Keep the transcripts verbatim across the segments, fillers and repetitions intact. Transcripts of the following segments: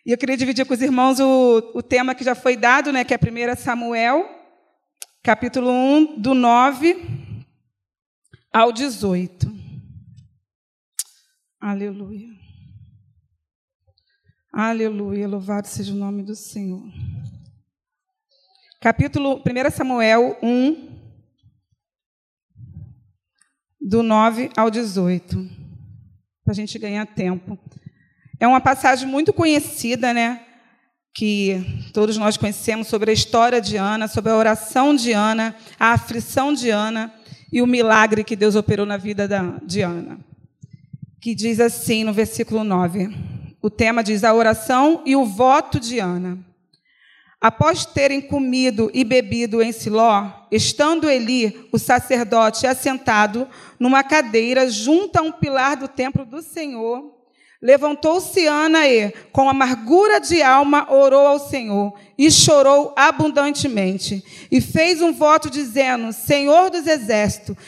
E eu queria dividir com os irmãos o, o tema que já foi dado, né, que é primeiro Samuel, capítulo um, do nove ao dezoito. Aleluia. Aleluia, louvado seja o nome do Senhor. Capítulo primeiro Samuel um, do nove ao dezoito, para a gente ganhar tempo. É uma passagem muito conhecida, né? Que todos nós conhecemos, sobre a história de Ana, sobre a oração de Ana, a aflição de Ana e o milagre que Deus operou na vida da, de Ana. Que diz assim no versículo nove. O tema diz: a oração e o voto de Ana. Após terem comido e bebido em Siló, estando Eli, o sacerdote, assentado numa cadeira junto a um pilar do templo do Senhor, levantou-se Ana e, com amargura de alma, orou ao Senhor e chorou abundantemente. E fez um voto dizendo: Senhor dos exércitos,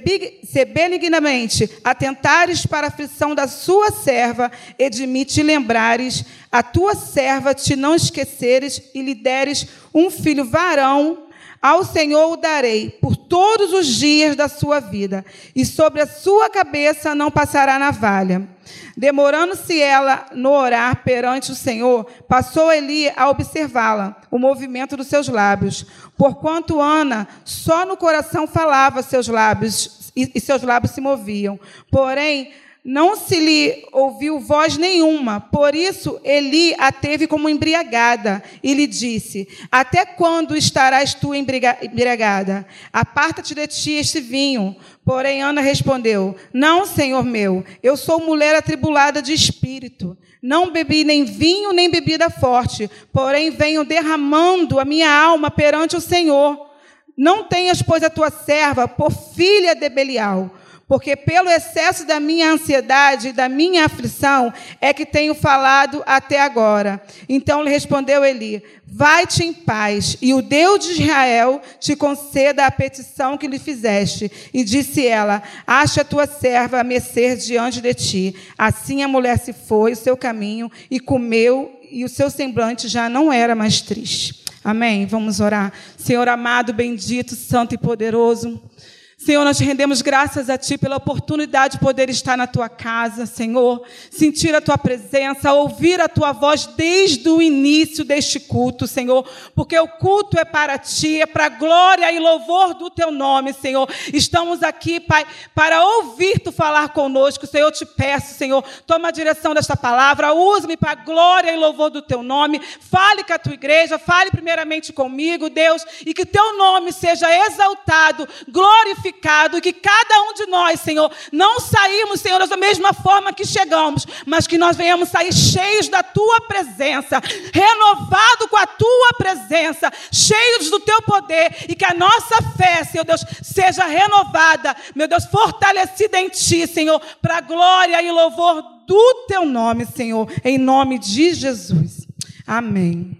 se benignamente atentares para a aflição da sua serva e de mim te lembrares, a tua serva te não esqueceres e lhe deres um filho varão, ao Senhor o darei por todos os dias da sua vida, e sobre a sua cabeça não passará navalha. Demorando-se ela no orar perante o Senhor, passou Eli a observá-la, o movimento dos seus lábios. Porquanto Ana só no coração falava seus lábios, e, e seus lábios se moviam. Porém, não se lhe ouviu voz nenhuma, por isso Eli a teve como embriagada e lhe disse: até quando estarás tu embriagada? Aparta-te de ti este vinho. Porém Ana respondeu: não, Senhor meu, eu sou mulher atribulada de espírito. Não bebi nem vinho nem bebida forte, porém venho derramando a minha alma perante o Senhor. Não tenhas, pois, a tua serva por filha de Belial, porque pelo excesso da minha ansiedade e da minha aflição é que tenho falado até agora. Então lhe respondeu Eli: vai-te em paz, e o Deus de Israel te conceda a petição que lhe fizeste. E disse ela: acha a tua serva a mecer diante de ti. Assim a mulher se foi o seu caminho e comeu, e o seu semblante já não era mais triste. Amém? Vamos orar. Senhor amado, bendito, santo e poderoso, Senhor, nós rendemos graças a Ti pela oportunidade de poder estar na Tua casa, Senhor, sentir a Tua presença, ouvir a Tua voz desde o início deste culto, Senhor, porque o culto é para Ti, é para a glória e louvor do Teu nome, Senhor. Estamos aqui, Pai, para ouvir Tu falar conosco, Senhor. Eu te peço, Senhor, toma a direção desta palavra, use-me para a glória e louvor do Teu nome. Fale com a Tua igreja, fale primeiramente comigo, Deus, e que Teu nome seja exaltado, glorificado, e que cada um de nós, Senhor, não saímos, Senhor, da mesma forma que chegamos, mas que nós venhamos sair cheios da Tua presença, renovados com a Tua presença, cheios do Teu poder, e que a nossa fé, Senhor Deus, seja renovada, meu Deus, fortalecida em Ti, Senhor, para a glória e louvor do Teu nome, Senhor, em nome de Jesus. Amém.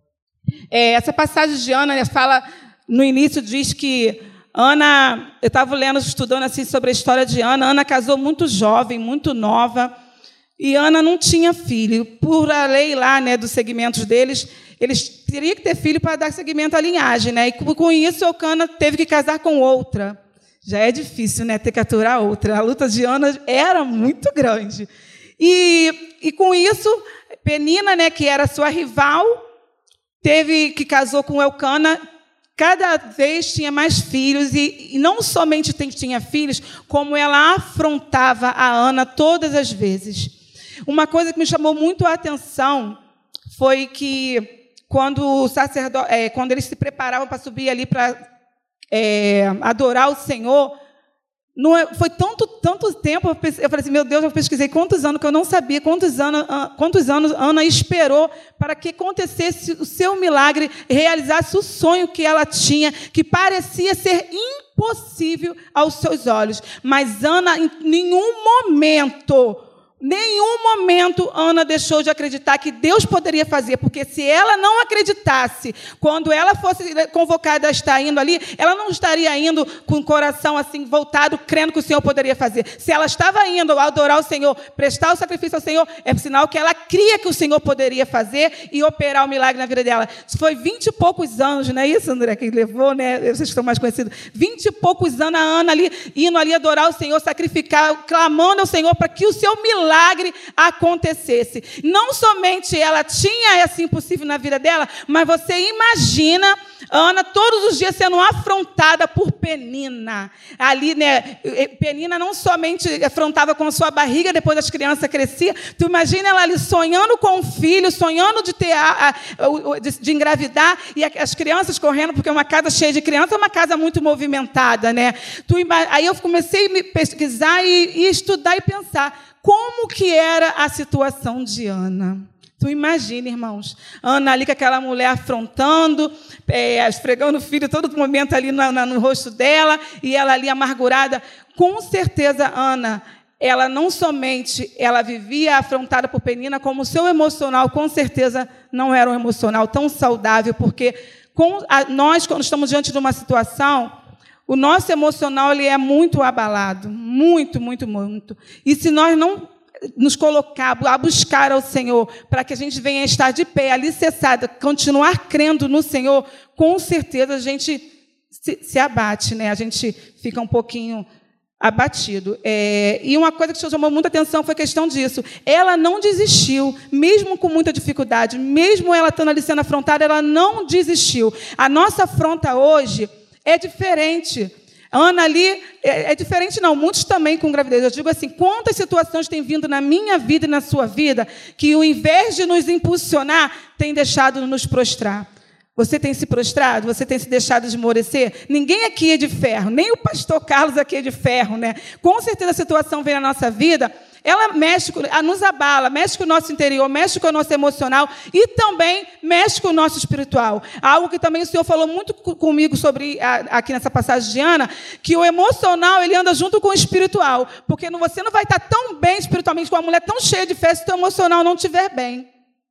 É, essa passagem de Ana fala, no início diz que Ana, eu estava lendo, estudando assim sobre a história de Ana. Ana casou muito jovem, muito nova, e Ana não tinha filho. Por a lei lá, né, dos segmentos deles, eles teriam que ter filho para dar seguimento à linhagem, né? E com isso, Eucana teve que casar com outra. Já é difícil, né, ter que aturar outra. A luta de Ana era muito grande. E, e com isso, Penina, né, que era sua rival, teve que casou com Eucana. Cada vez tinha mais filhos, e, e não somente tinha filhos, como ela afrontava a Ana todas as vezes. Uma coisa que me chamou muito a atenção foi que, quando, o sacerdote, é, quando eles se preparavam para subir ali para é, adorar o Senhor, não, foi tanto, tanto tempo, eu, pensei, eu falei assim, meu Deus, eu pesquisei quantos anos que eu não sabia, quantos anos, quantos anos Ana esperou para que acontecesse o seu milagre, realizasse o sonho que ela tinha, que parecia ser impossível aos seus olhos. Mas Ana, em nenhum momento, nenhum momento Ana deixou de acreditar que Deus poderia fazer, porque se ela não acreditasse, quando ela fosse convocada a estar indo ali, ela não estaria indo com o coração assim voltado, crendo que o Senhor poderia fazer. Se ela estava indo adorar o Senhor, prestar o sacrifício ao Senhor, é sinal que ela cria que o Senhor poderia fazer e operar o milagre na vida dela. Foi vinte e poucos anos, não é isso, André, que levou, né? Vocês estão mais conhecidos. Vinte e poucos anos a Ana ali, indo ali adorar o Senhor, sacrificar, clamando ao Senhor para que o seu milagre milagre acontecesse. Não somente ela tinha esse impossível na vida dela, mas você imagina Ana todos os dias sendo afrontada por Penina. Ali, né, Penina não somente afrontava com a sua barriga, depois as crianças cresciam. Tu imagina ela ali sonhando com o filho, sonhando de ter a, a, de, de engravidar, e as crianças correndo, porque uma casa cheia de crianças é uma casa muito movimentada, né? Tu, aí eu comecei a me pesquisar e, e estudar e pensar como que era a situação de Ana. Tu imagina, irmãos, Ana ali com aquela mulher afrontando, é, esfregando o filho todo momento ali no, no rosto dela, e ela ali amargurada. Com certeza, Ana, ela não somente ela vivia afrontada por Penina, como o seu emocional, com certeza, não era um emocional tão saudável, porque com a, nós, quando estamos diante de uma situação, o nosso emocional ele é muito abalado, muito, muito, muito. E se nós não nos colocar a buscar ao Senhor, para que a gente venha estar de pé, alicerçada, continuar crendo no Senhor, com certeza a gente se, se abate, né? A gente fica um pouquinho abatido. É, e uma coisa que chamou muita atenção foi a questão disso. Ela não desistiu, mesmo com muita dificuldade, mesmo ela estando ali sendo afrontada, ela não desistiu. A nossa afronta hoje é diferente. Ana ali, é, é diferente não, muitos também com gravidez. Eu digo assim, quantas situações têm vindo na minha vida e na sua vida que, ao invés de nos impulsionar, tem deixado nos prostrar. Você tem se prostrado? Você tem se deixado esmorecer? Ninguém aqui é de ferro, nem o pastor Carlos aqui é de ferro, né? Com certeza a situação vem na nossa vida, ela mexe, nos abala, mexe com o nosso interior, mexe com o nosso emocional e também mexe com o nosso espiritual. Algo que também o Senhor falou muito comigo sobre, aqui nessa passagem de Ana, que o emocional ele anda junto com o espiritual, porque você não vai estar tão bem espiritualmente com uma mulher tão cheia de fé se o teu emocional não estiver bem.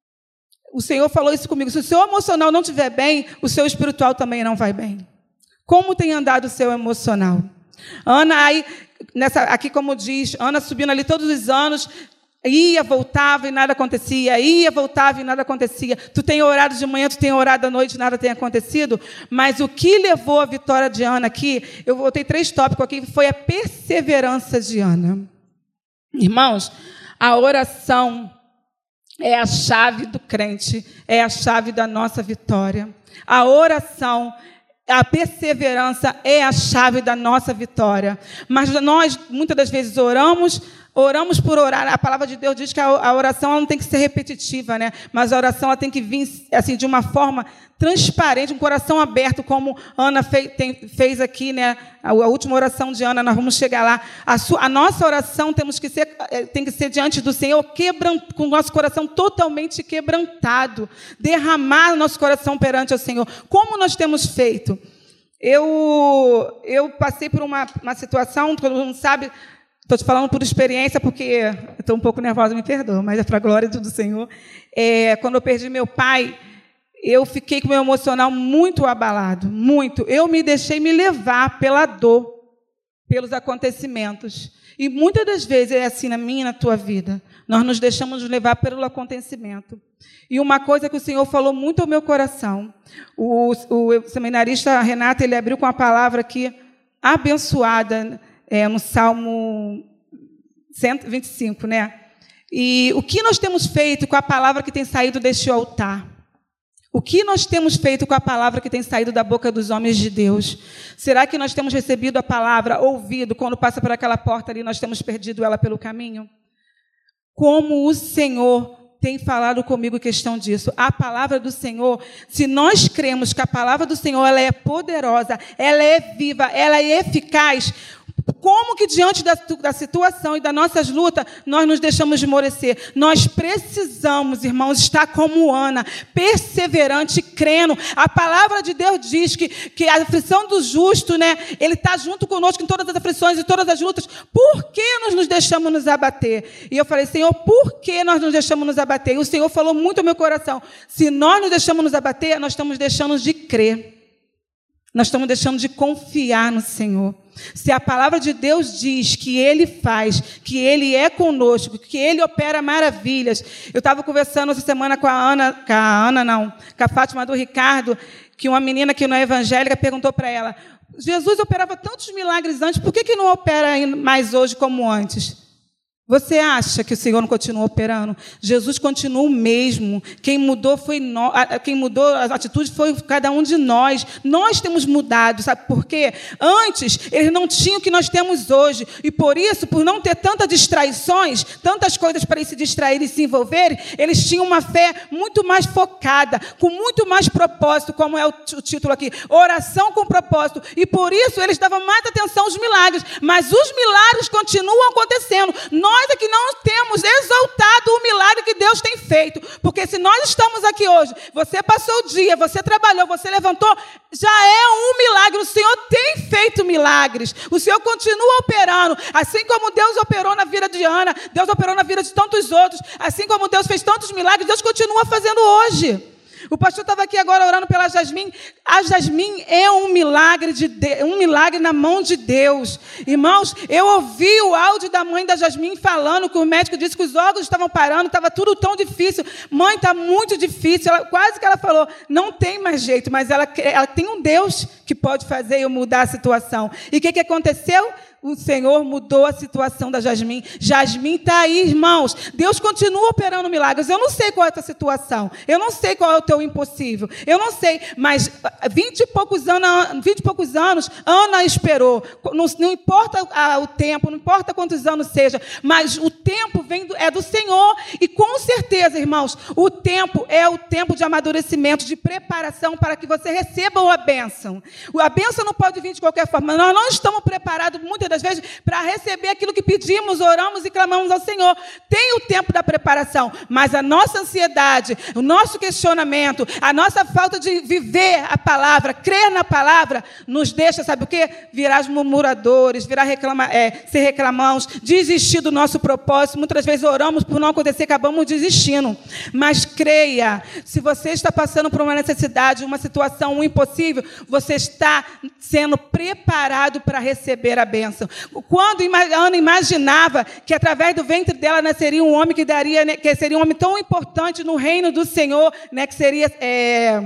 O Senhor falou isso comigo, se o seu emocional não estiver bem, o seu espiritual também não vai bem. Como tem andado o seu emocional? Ana, aí... Nessa, aqui, como diz, Ana subindo ali todos os anos, ia, voltava e nada acontecia, ia, voltava e nada acontecia. Tu tem orado de manhã, tu tem orado à noite, nada tem acontecido. Mas o que levou a vitória de Ana aqui, eu botei três tópicos aqui, foi a perseverança de Ana. Irmãos, a oração é a chave do crente, é a chave da nossa vitória. A oração A perseverança é a chave da nossa vitória. Mas nós, muitas das vezes, oramos, oramos por orar. A palavra de Deus diz que a oração ela não tem que ser repetitiva, né? Mas a oração ela tem que vir assim, de uma forma transparente, um coração aberto, como Ana fez, tem, fez aqui, né? A, a última oração de Ana, nós vamos chegar lá. A, sua, a nossa oração temos que ser, tem que ser diante do Senhor, quebrant, com o nosso coração totalmente quebrantado, derramar o nosso coração perante o Senhor. Como nós temos feito? Eu, eu passei por uma, uma situação, todo mundo sabe, estou te falando por experiência, porque estou um pouco nervosa, me perdoa, mas é para a glória do Senhor. É, quando eu perdi meu pai, eu fiquei com o meu emocional muito abalado, muito. Eu me deixei me levar pela dor, pelos acontecimentos. E muitas das vezes é assim na minha e na tua vida. Nós nos deixamos levar pelo acontecimento. E uma coisa que o Senhor falou muito ao meu coração, o, o seminarista Renato, ele abriu com a palavra aqui, abençoada, é, no Salmo cento e vinte e cinco, né? E o que nós temos feito com a palavra que tem saído deste altar? O que nós temos feito com a palavra que tem saído da boca dos homens de Deus? Será que nós temos recebido a palavra, ouvido, quando passa por aquela porta ali, nós temos perdido ela pelo caminho? Como o Senhor tem falado comigo em questão disso. A palavra do Senhor, se nós cremos que a palavra do Senhor ela é poderosa, ela é viva, ela é eficaz, Como que diante da, da situação e das nossas lutas, nós nos deixamos de esmorecer? Nós precisamos, irmãos, estar como Ana, perseverante, crendo. A palavra de Deus diz que, que a aflição do justo, né, ele está junto conosco em todas as aflições e todas as lutas. Por que nós nos deixamos nos abater? E eu falei, Senhor, por que nós nos deixamos nos abater? E o Senhor falou muito ao meu coração. Se nós nos deixamos nos abater, nós estamos deixando de crer. Nós estamos deixando de confiar no Senhor. Se a palavra de Deus diz que Ele faz, que Ele é conosco, que Ele opera maravilhas. Eu estava conversando essa semana com a Ana, com a Ana não, com a Fátima do Ricardo, que uma menina que não é evangélica perguntou para ela, Jesus operava tantos milagres antes, por que, que não opera mais hoje como antes? Você acha que o Senhor não continua operando? Jesus continua o mesmo. Quem mudou foi no... quem mudou as atitudes foi cada um de nós. Nós temos mudado, sabe por quê? Antes, eles não tinham o que nós temos hoje. E por isso, por não ter tantas distraições, tantas coisas para eles se distraírem e se envolverem, eles tinham uma fé muito mais focada, com muito mais propósito, como é o título aqui, oração com propósito. E por isso, eles davam mais atenção aos milagres. Mas os milagres continuam acontecendo. Nós Nós é que não temos exaltado o milagre que Deus tem feito. Porque se nós estamos aqui hoje, você passou o dia, você trabalhou, você levantou, já é um milagre. O Senhor tem feito milagres. O Senhor continua operando. Assim como Deus operou na vida de Ana, Deus operou na vida de tantos outros. Assim como Deus fez tantos milagres, Deus continua fazendo hoje. O pastor estava aqui agora orando pela Jasmin. A Jasmin é um milagre, de Deus, um milagre na mão de Deus. Irmãos, eu ouvi o áudio da mãe da Jasmin falando que o médico disse que os órgãos estavam parando, estava tudo tão difícil. Mãe, está muito difícil. Ela, quase que ela falou, não tem mais jeito, mas ela, ela tem um Deus que pode fazer eu mudar a situação. E o que, que aconteceu? O Senhor mudou a situação da Jasmin. Jasmin está aí, irmãos. Deus continua operando milagres. Eu não sei qual é a tua situação. Eu não sei qual é o teu impossível. Eu não sei. Mas vinte e poucos anos, vinte e poucos anos Ana esperou. Não, não importa a, o tempo, não importa quantos anos seja, mas o tempo vem do, é do Senhor. E com certeza, irmãos, o tempo é o tempo de amadurecimento, de preparação para que você receba a bênção. A bênção não pode vir de qualquer forma. Nós não estamos preparados muitas das vezes para receber aquilo que pedimos, oramos e clamamos ao Senhor. Tem o tempo da preparação, mas a nossa ansiedade, o nosso questionamento, a nossa falta de viver a palavra, crer na palavra, nos deixa, sabe o quê? Virar murmuradores, virar reclama, é, ser reclamãos, desistir do nosso propósito. Muitas vezes oramos por não acontecer, acabamos desistindo. Mas creia, se você está passando por uma necessidade, uma situação, um impossível, você está sendo preparado para receber a bênção. Quando Ana imaginava que através do ventre dela nasceria um homem que daria, né, que seria um homem tão importante no reino do Senhor, né, que seria é,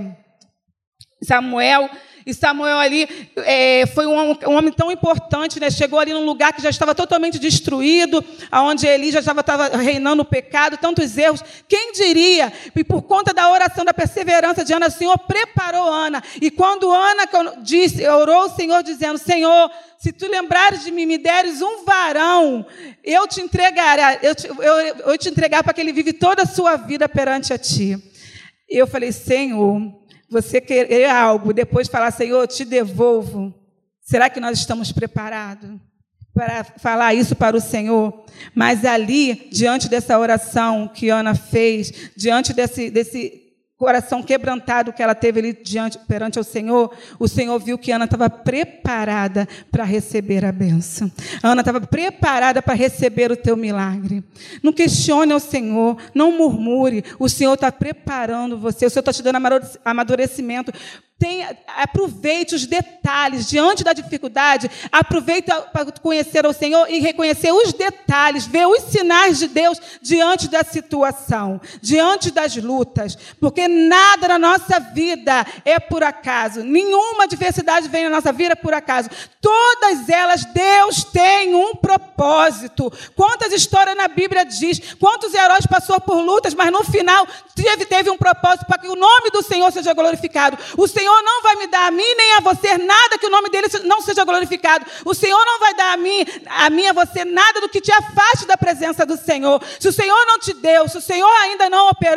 Samuel. E Samuel ali é, foi um, um homem tão importante, né? Chegou ali num lugar que já estava totalmente destruído, onde Eli já estava, estava reinando o pecado, tantos erros. Quem diria? E por conta da oração, da perseverança de Ana, o Senhor preparou Ana. E quando Ana disse, orou o Senhor dizendo, Senhor, se tu lembrares de mim, me deres um varão, eu te entregarei, eu te, eu, eu te entregar para que ele vive toda a sua vida perante a ti. Eu falei, Senhor, você querer algo, depois falar, Senhor, eu te devolvo. Será que nós estamos preparados para falar isso para o Senhor? Mas ali, diante dessa oração que Ana fez, diante desse, desse coração quebrantado que ela teve ali diante, perante o Senhor, o Senhor viu que Ana estava preparada para receber a bênção. Ana estava preparada para receber o teu milagre. Não questione ao Senhor, não murmure. O Senhor está preparando você, o Senhor está te dando amadurecimento. Tem, aproveite os detalhes, diante da dificuldade, aproveita para conhecer o Senhor e reconhecer os detalhes, ver os sinais de Deus diante da situação, diante das lutas, porque nada na nossa vida é por acaso, nenhuma adversidade vem na nossa vida por acaso, todas elas Deus tem um propósito. Quantas histórias na Bíblia diz, quantos heróis passaram por lutas, mas no final teve, teve um propósito para que o nome do Senhor seja glorificado. O Senhor não vai me dar a mim nem a você nada que o nome dele não seja glorificado. O Senhor não vai dar a mim, a mim a você nada do que te afaste da presença do Senhor. Se o Senhor não te deu, se o Senhor ainda não operou,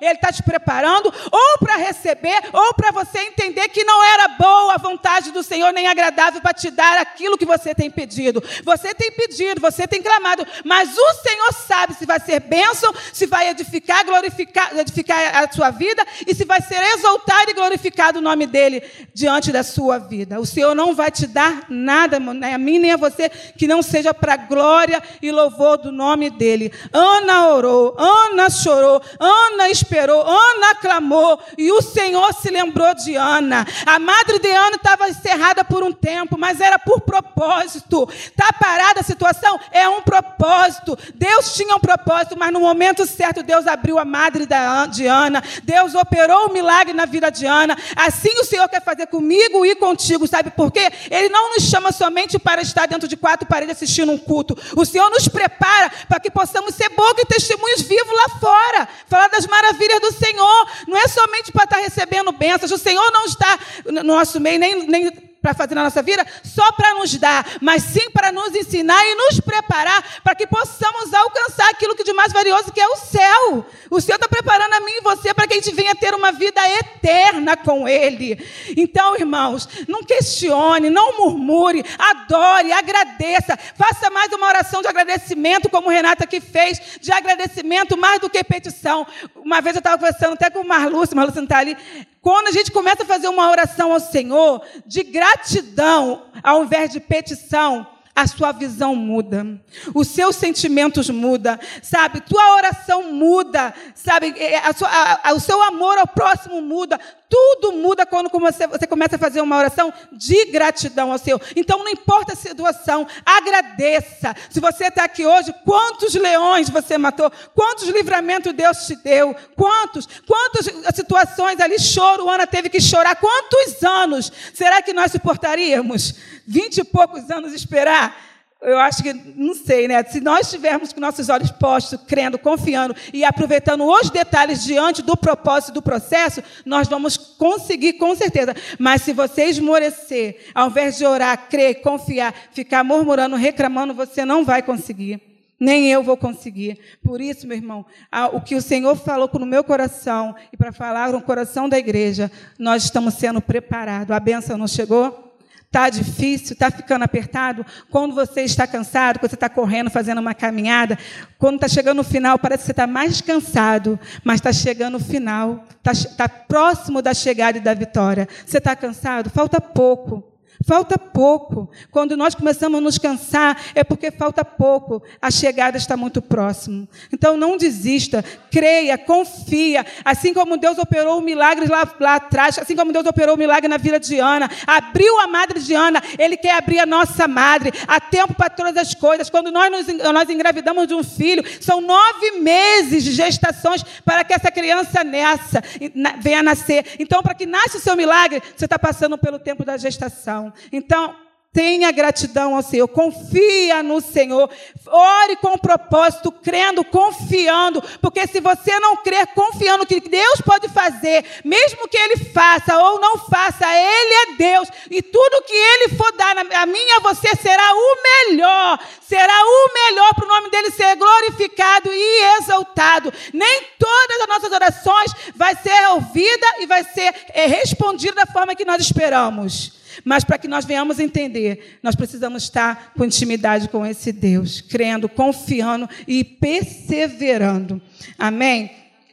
Ele está te preparando ou para receber, ou para você entender que não era boa a vontade do Senhor, nem agradável para te dar aquilo que você tem pedido. Você tem pedido, você tem clamado, mas o Senhor sabe se vai ser bênção, se vai edificar, glorificar, edificar a sua vida e se vai ser exaltado e glorificado o nome dele diante da sua vida. O Senhor não vai te dar nada, nem a mim nem a você, que não seja para a glória e louvor do nome dele. Ana orou, Ana chorou, Ana esperou, Ana clamou e o Senhor se lembrou de Ana. A madre de Ana estava encerrada por um tempo, mas era por propósito. Está parada a situação? É um propósito. Deus tinha um propósito, mas no momento certo Deus abriu a madre de Ana. Deus operou o milagre na vida de Ana. Assim o Senhor quer fazer comigo e contigo. Sabe por quê? Ele não nos chama somente para estar dentro de quatro paredes assistindo um culto. O Senhor nos prepara para que possamos ser boca e testemunhos vivos lá fora. Falar das maravilhas do Senhor. Não é somente para estar recebendo bênçãos. O Senhor não está no nosso meio, nem, nem para fazer na nossa vida, só para nos dar, mas sim para nos ensinar e nos preparar para que possamos alcançar aquilo que de mais valioso que é o céu. O Senhor está preparando a mim e você para que a gente venha ter uma vida eterna com Ele. Então, irmãos, não questione, não murmure, adore, agradeça, faça mais uma oração de agradecimento, como Renata aqui fez, de agradecimento mais do que petição. Uma vez eu estava conversando até com o Marlúcio, o Marlúcio não está ali. Quando a gente começa a fazer uma oração ao Senhor, de gratidão, ao invés de petição, a sua visão muda, os seus sentimentos mudam, sabe? Tua oração muda, sabe? A sua, a, a, o seu amor ao próximo muda. Tudo muda quando você, você começa a fazer uma oração de gratidão ao Senhor. Então, não importa a situação, agradeça. Se você está aqui hoje, quantos leões você matou? Quantos livramentos Deus te deu? Quantos? Quantas situações ali, choro, Ana teve que chorar? Quantos anos será que nós suportaríamos? Vinte e poucos anos esperar? Eu acho que, não sei, né? Se nós estivermos com nossos olhos postos, crendo, confiando e aproveitando os detalhes diante do propósito do processo, nós vamos conseguir com certeza. Mas se você esmorecer, ao invés de orar, crer, confiar, ficar murmurando, reclamando, você não vai conseguir. Nem eu vou conseguir. Por isso, meu irmão, o que o Senhor falou no meu coração e para falar no coração da igreja, nós estamos sendo preparados. A bênção não chegou? Está difícil, está ficando apertado? Quando você está cansado, quando você está correndo, fazendo uma caminhada, quando está chegando no final, parece que você está mais cansado, mas está chegando no final, está, está próximo da chegada e da vitória. Você está cansado? Falta pouco. Falta pouco. Quando nós começamos a nos cansar, é porque falta pouco. A chegada está muito próximo. Então, não desista. Creia, confia. Assim como Deus operou o milagre lá, lá atrás, assim como Deus operou o milagre na vida de Ana, abriu a madre de Ana, Ele quer abrir a nossa madre. Há tempo para todas as coisas. Quando nós, nos, nós engravidamos de um filho, são nove meses de gestações para que essa criança nasça, venha a nascer. Então, para que nasça o seu milagre, você está passando pelo tempo da gestação. Então, tenha gratidão ao Senhor, confia no Senhor, ore com propósito, crendo, confiando, porque se você não crer, confiando que Deus pode fazer, mesmo que Ele faça ou não faça, Ele é Deus, e tudo que Ele for dar a mim e a você será o melhor, será o melhor para o nome dEle ser glorificado e exaltado. Nem todas as nossas orações vai ser ouvida e vai ser é, respondida da forma que nós esperamos. Mas para que nós venhamos entender, nós precisamos estar com intimidade com esse Deus, crendo, confiando e perseverando. Amém?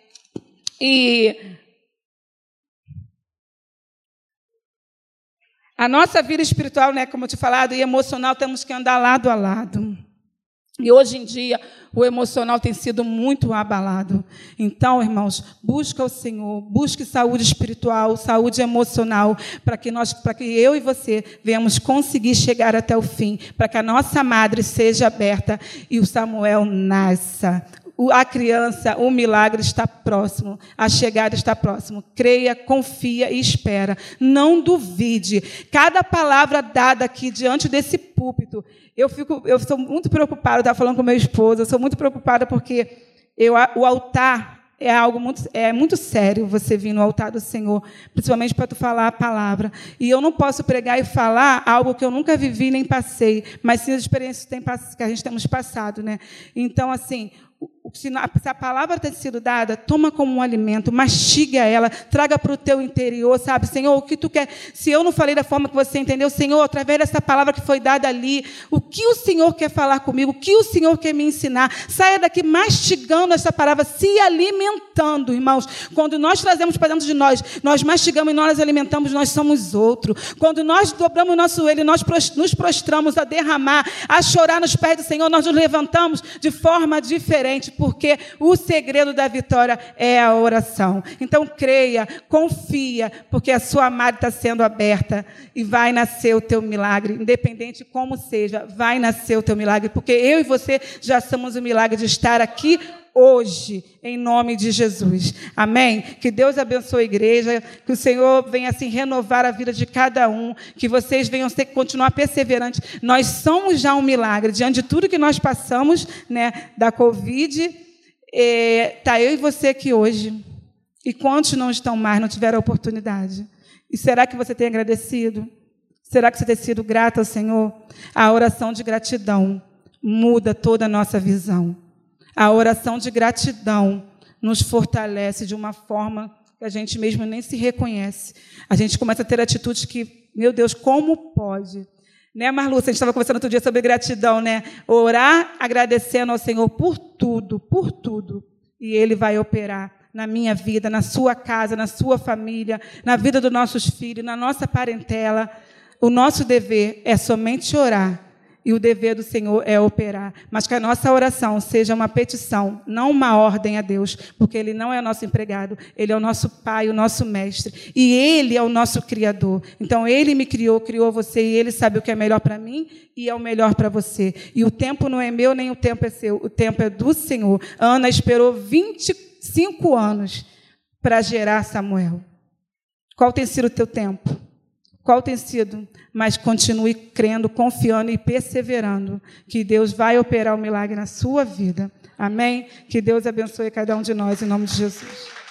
E a nossa vida espiritual, né, como eu te falado, e emocional, temos que andar lado a lado. E hoje em dia, o emocional tem sido muito abalado. Então, irmãos, busca o Senhor, busque saúde espiritual, saúde emocional, para que nós, para que eu e você venhamos conseguir chegar até o fim, para que a nossa madre seja aberta e o Samuel nasça. A criança, o milagre está próximo, a chegada está próximo. Creia, confia e espera. Não duvide. Cada palavra dada aqui diante desse púlpito, eu fico, eu sou muito preocupada, eu estava falando com meu esposo, eu sou muito preocupada porque eu, o altar é algo muito, é muito sério, você vir no altar do Senhor, principalmente para tu falar a palavra. E eu não posso pregar e falar algo que eu nunca vivi nem passei, mas sim as experiências que a gente temos passado, né? Então, assim, Se a palavra tem sido dada, toma como um alimento, mastiga ela, traga para o teu interior, sabe? Senhor, o que tu quer? Se eu não falei da forma que você entendeu, Senhor, através dessa palavra que foi dada ali, o que o Senhor quer falar comigo? O que o Senhor quer me ensinar? Saia daqui mastigando essa palavra, se alimentando, irmãos. Quando nós trazemos para dentro de nós, nós mastigamos e nós alimentamos, nós somos outro. Quando nós dobramos o nosso joelho, nós nos prostramos a derramar, a chorar nos pés do Senhor, nós nos levantamos de forma diferente, porque o segredo da vitória é a oração. Então, creia, confia, porque a sua amada está sendo aberta e vai nascer o teu milagre, independente como seja, vai nascer o teu milagre, porque eu e você já somos o milagre de estar aqui hoje, em nome de Jesus. Amém? Que Deus abençoe a igreja, que o Senhor venha assim renovar a vida de cada um, que vocês venham ter que continuar perseverantes. Nós somos já um milagre, diante de tudo que nós passamos, né, da Covid, está eu e você aqui hoje. E quantos não estão mais, não tiveram a oportunidade? E será que você tem agradecido? Será que você tem sido grato ao Senhor? A oração de gratidão muda toda a nossa visão. A oração de gratidão nos fortalece de uma forma que a gente mesmo nem se reconhece. A gente começa a ter atitudes que, meu Deus, como pode? Né, Marlúcia? A gente estava conversando outro dia sobre gratidão, né? Orar agradecendo ao Senhor por tudo, por tudo. E Ele vai operar na minha vida, na sua casa, na sua família, na vida dos nossos filhos, na nossa parentela. O nosso dever é somente orar. E o dever do Senhor é operar. Mas que a nossa oração seja uma petição, não uma ordem a Deus, porque Ele não é o nosso empregado, Ele é o nosso Pai, o nosso Mestre. E Ele é o nosso Criador. Então, Ele me criou, criou você, e Ele sabe o que é melhor para mim e é o melhor para você. E o tempo não é meu, nem o tempo é seu. O tempo é do Senhor. Ana esperou vinte e cinco anos para gerar Samuel. Qual tem sido o teu tempo? Qual tem sido? Mas continue crendo, confiando e perseverando, que Deus vai operar o milagre na sua vida. Amém? Que Deus abençoe cada um de nós, em nome de Jesus.